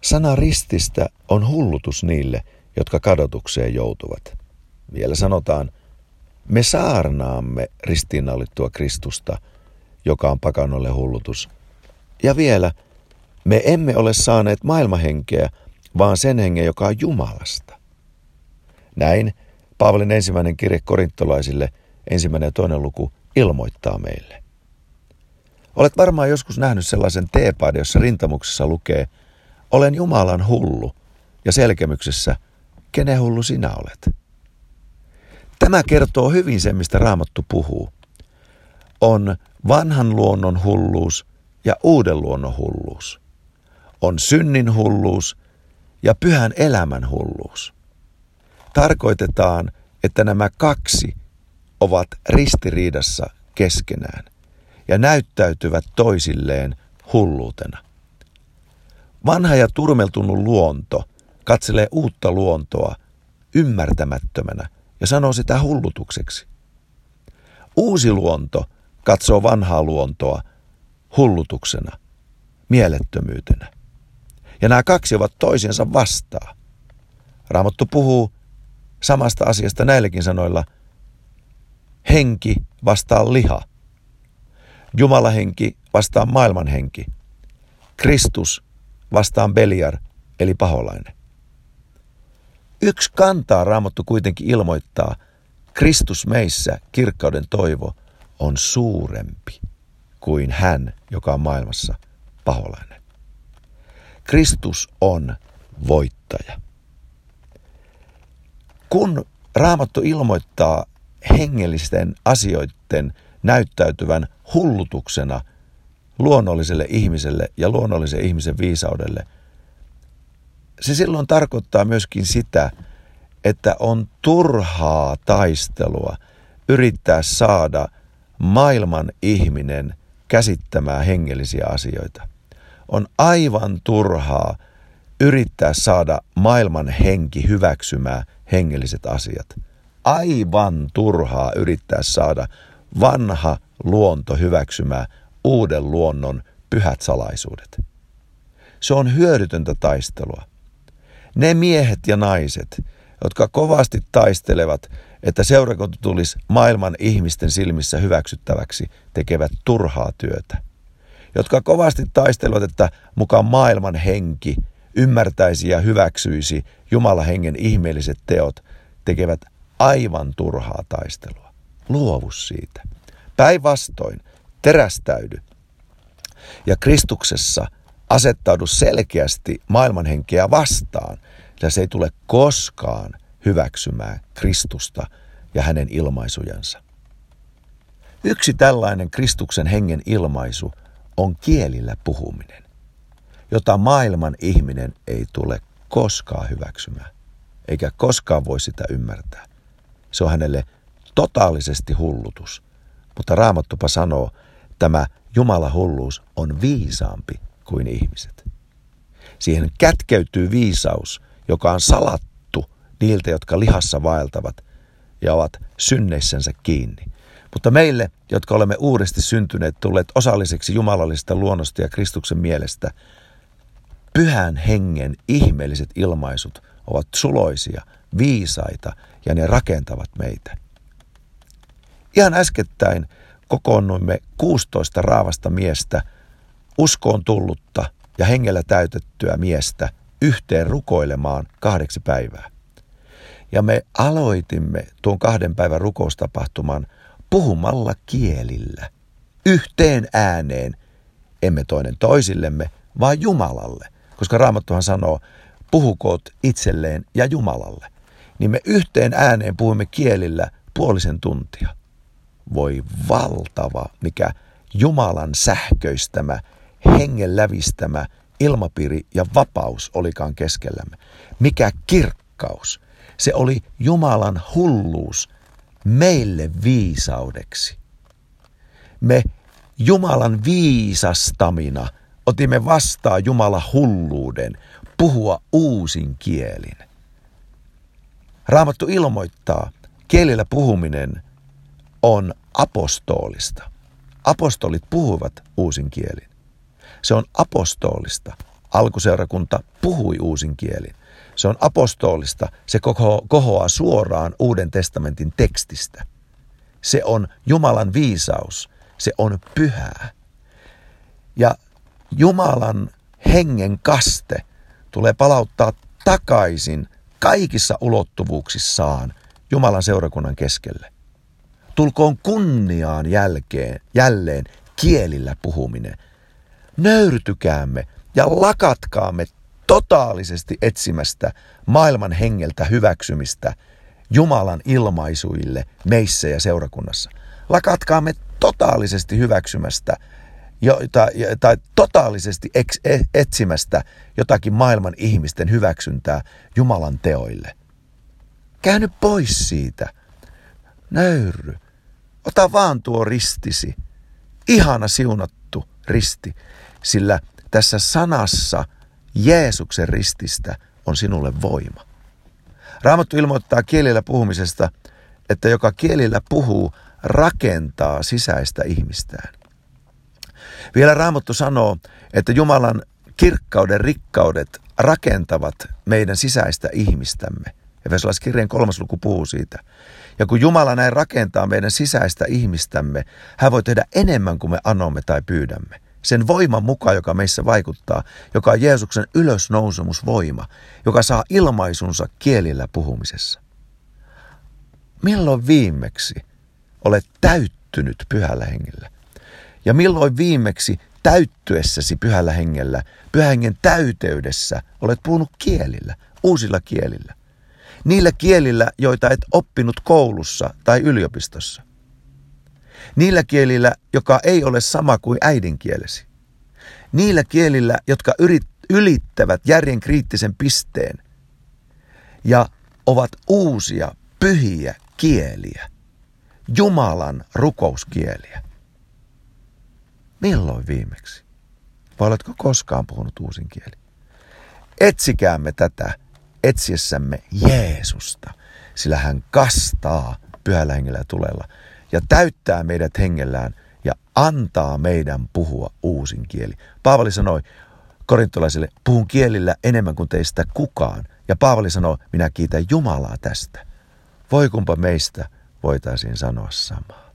Sana rististä on hullutus niille, jotka kadotukseen joutuvat. Vielä sanotaan, me saarnaamme ristiinnaulittua Kristusta, joka on pakanoille hullutus. Ja vielä, me emme ole saaneet maailmahenkeä, vaan sen hengen, joka on Jumalasta. Näin Paavalin ensimmäinen kirje korintolaisille, 1. ja 2. luku, ilmoittaa meille. Olet varmaan joskus nähnyt sellaisen teepaidan, jossa rintamuksessa lukee, olen Jumalan hullu, ja selkemyksessä, kenen hullu sinä olet? Tämä kertoo hyvin sen, mistä Raamattu puhuu. On vanhan luonnon hulluus ja uuden luonnon hulluus. On synnin hulluus ja pyhän elämän hulluus. Tarkoitetaan, että nämä kaksi ovat ristiriidassa keskenään ja näyttäytyvät toisilleen hulluutena. Vanha ja turmeltunut luonto katselee uutta luontoa ymmärtämättömänä ja sanoo sitä hullutukseksi. Uusi luonto katsoo vanhaa luontoa hullutuksena, mielettömyytenä. Ja nämä kaksi ovat toisiansa vastaan. Raamattu puhuu samasta asiasta näilläkin sanoilla. Henki vastaan liha. Jumalan henki vastaan maailman henki. Kristus vastaan Beliar eli paholainen. Yksi kantaa Raamattu kuitenkin ilmoittaa, Kristus meissä, kirkkauden toivo, on suurempi kuin hän, joka on maailmassa paholainen. Kristus on voittaja. Kun Raamattu ilmoittaa hengellisten asioiden näyttäytyvän hullutuksena luonnolliselle ihmiselle ja luonnollisen ihmisen viisaudelle, se silloin tarkoittaa myöskin sitä, että on turhaa taistelua yrittää saada maailman ihminen käsittämään hengellisiä asioita. On aivan turhaa yrittää saada maailman henki hyväksymään hengelliset asiat. Aivan turhaa yrittää saada vanha luonto hyväksymään uuden luonnon pyhät salaisuudet. Se on hyödytöntä taistelua. Ne miehet ja naiset, jotka kovasti taistelevat, että seurakunta tulisi maailman ihmisten silmissä hyväksyttäväksi, tekevät turhaa työtä. Jotka kovasti taistelevat, että mukaan maailman henki ymmärtäisi ja hyväksyisi Jumalan hengen ihmeelliset teot, tekevät aivan turhaa taistelua. Luovu siitä. Päinvastoin, terästäydy. Ja Kristuksessa asettaudu selkeästi maailman henkeä vastaan, ja se ei tule koskaan hyväksymään Kristusta ja hänen ilmaisujansa. Yksi tällainen Kristuksen hengen ilmaisu on kielillä puhuminen, jota maailman ihminen ei tule koskaan hyväksymään, eikä koskaan voi sitä ymmärtää. Se on hänelle totaalisesti hullutus, mutta Raamattupa sanoo, tämä Jumalan hulluus on viisaampi kuin ihmiset. Siihen kätkeytyy viisaus, joka on salattu niiltä, jotka lihassa vaeltavat ja ovat synneissänsä kiinni. Mutta meille, jotka olemme uudesti syntyneet, tulleet osalliseksi jumalallisesta luonnosta ja Kristuksen mielestä, pyhän hengen ihmeelliset ilmaisut ovat suloisia, viisaita ja ne rakentavat meitä. Ihan äskettäin kokoonnuimme 16 raavasta miestä, uskoon tullutta ja hengellä täytettyä miestä yhteen rukoilemaan 8 päivää. Ja me aloitimme tuon 2 päivän rukoustapahtuman puhumalla kielillä, yhteen ääneen, emme toinen toisillemme, vaan Jumalalle. Koska Raamattuhan sanoo, puhukoot itselleen ja Jumalalle. Niin me yhteen ääneen puhumme kielillä 0,5 tuntia. Voi valtava, mikä Jumalan sähköistämä, hengen lävistämä ilmapiiri ja vapaus olikaan keskellämme. Mikä kirkkaus. Se oli Jumalan hulluus meille viisaudeksi. Me Jumalan viisastamina otimme vastaan Jumalan hulluuden puhua uusin kielin. Raamattu ilmoittaa, kielillä puhuminen on apostolista. Apostolit puhuvat uusin kielin. Se on apostolista, Alkuseurakunta puhui uusin kielin. Se on apostolista, se kohoaa suoraan Uuden testamentin tekstistä. Se on Jumalan viisaus, se on pyhää. Ja Jumalan hengen kaste tulee palauttaa takaisin kaikissa ulottuvuuksissaan Jumalan seurakunnan keskelle. Tulkoon kunniaan jälleen kielillä puhuminen. Nöyrtykäämme ja lakatkaamme totaalisesti etsimästä maailman hengeltä hyväksymistä Jumalan ilmaisuille meissä ja seurakunnassa. Lakatkaamme totaalisesti hyväksymästä tai totaalisesti etsimästä jotakin maailman ihmisten hyväksyntää Jumalan teoille. Käänny pois siitä. Nöyrry. Ota vaan tuo ristisi. Ihana siunattu risti, sillä tässä sanassa Jeesuksen rististä on sinulle voima. Raamattu ilmoittaa kielillä puhumisesta, että joka kielillä puhuu, rakentaa sisäistä ihmistään. Vielä Raamattu sanoo, että Jumalan kirkkauden rikkaudet rakentavat meidän sisäistä ihmistämme. Efesolaiskirjeen 3. luku puhuu siitä. Ja kun Jumala näin rakentaa meidän sisäistä ihmistämme, hän voi tehdä enemmän kuin me anomme tai pyydämme. Sen voiman mukaan, joka meissä vaikuttaa, joka on Jeesuksen ylösnousemusvoima, joka saa ilmaisunsa kielillä puhumisessa. Milloin viimeksi olet täyttynyt pyhällä hengellä? Ja milloin viimeksi täyttyessäsi pyhällä hengellä, pyhän hengen täyteydessä olet puhunut kielillä, uusilla kielillä? Niillä kielillä, joita et oppinut koulussa tai yliopistossa. Niillä kielillä, joka ei ole sama kuin äidinkielesi. Niillä kielillä, jotka ylittävät järjen kriittisen pisteen ja ovat uusia, pyhiä kieliä. Jumalan rukouskieliä. Milloin viimeksi? Vai oletko koskaan puhunut uusin kieli? Etsikäämme tätä etsiessämme Jeesusta, sillä hän kastaa pyhällä hengellä ja tulella ja täyttää meidät hengellään ja antaa meidän puhua uusin kieli. Paavali sanoi korintolaisille, puhun kielillä enemmän kuin teistä kukaan. Ja Paavali sanoi, minä kiitän Jumalaa tästä. Voi kumpa meistä voitaisiin sanoa samaa.